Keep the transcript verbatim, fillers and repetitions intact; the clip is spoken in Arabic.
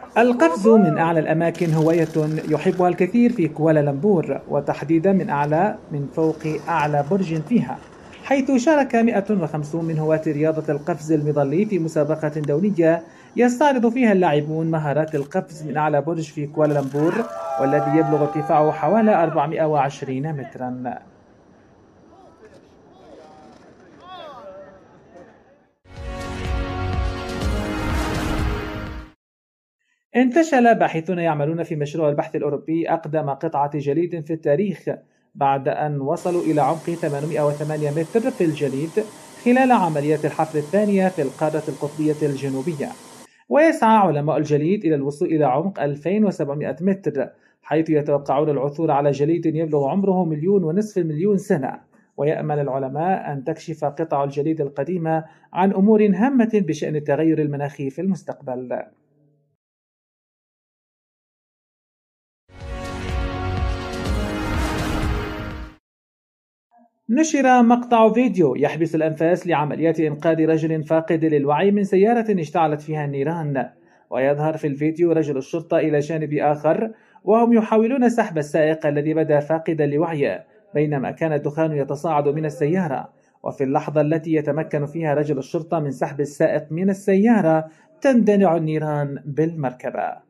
القفز من أعلى الأماكن هواية يحبها الكثير في كوالالمبور، وتحديدا من أعلى من فوق أعلى برج فيها، حيث شارك مئة وخمسون من هواة رياضة القفز المظلي في مسابقة دولية يستعرض فيها اللاعبون مهارات القفز من أعلى برج في كوالالمبور، والذي يبلغ ارتفاعه حوالي أربعمئة وعشرين مترا. انتشل باحثون يعملون في مشروع البحث الأوروبي أقدم قطعة جليد في التاريخ بعد أن وصلوا إلى عمق ثمانمئة وثمانية متر في الجليد خلال عملية الحفر الثانية في القارة القطبية الجنوبية. ويسعى علماء الجليد إلى الوصول إلى عمق ألفين وسبعمئة متر، حيث يتوقعون العثور على جليد يبلغ عمره مليون ونصف المليون سنة. ويأمل العلماء أن تكشف قطع الجليد القديمة عن أمور هامة بشأن التغير المناخي في المستقبل. نشر مقطع فيديو يحبس الأنفاس لعمليات إنقاذ رجل فاقد للوعي من سيارة اشتعلت فيها النيران. ويظهر في الفيديو رجل الشرطة إلى جانب آخر وهم يحاولون سحب السائق الذي بدا فاقدا لوعيه، بينما كان الدخان يتصاعد من السيارة. وفي اللحظة التي يتمكن فيها رجل الشرطة من سحب السائق من السيارة تندلع النيران بالمركبة.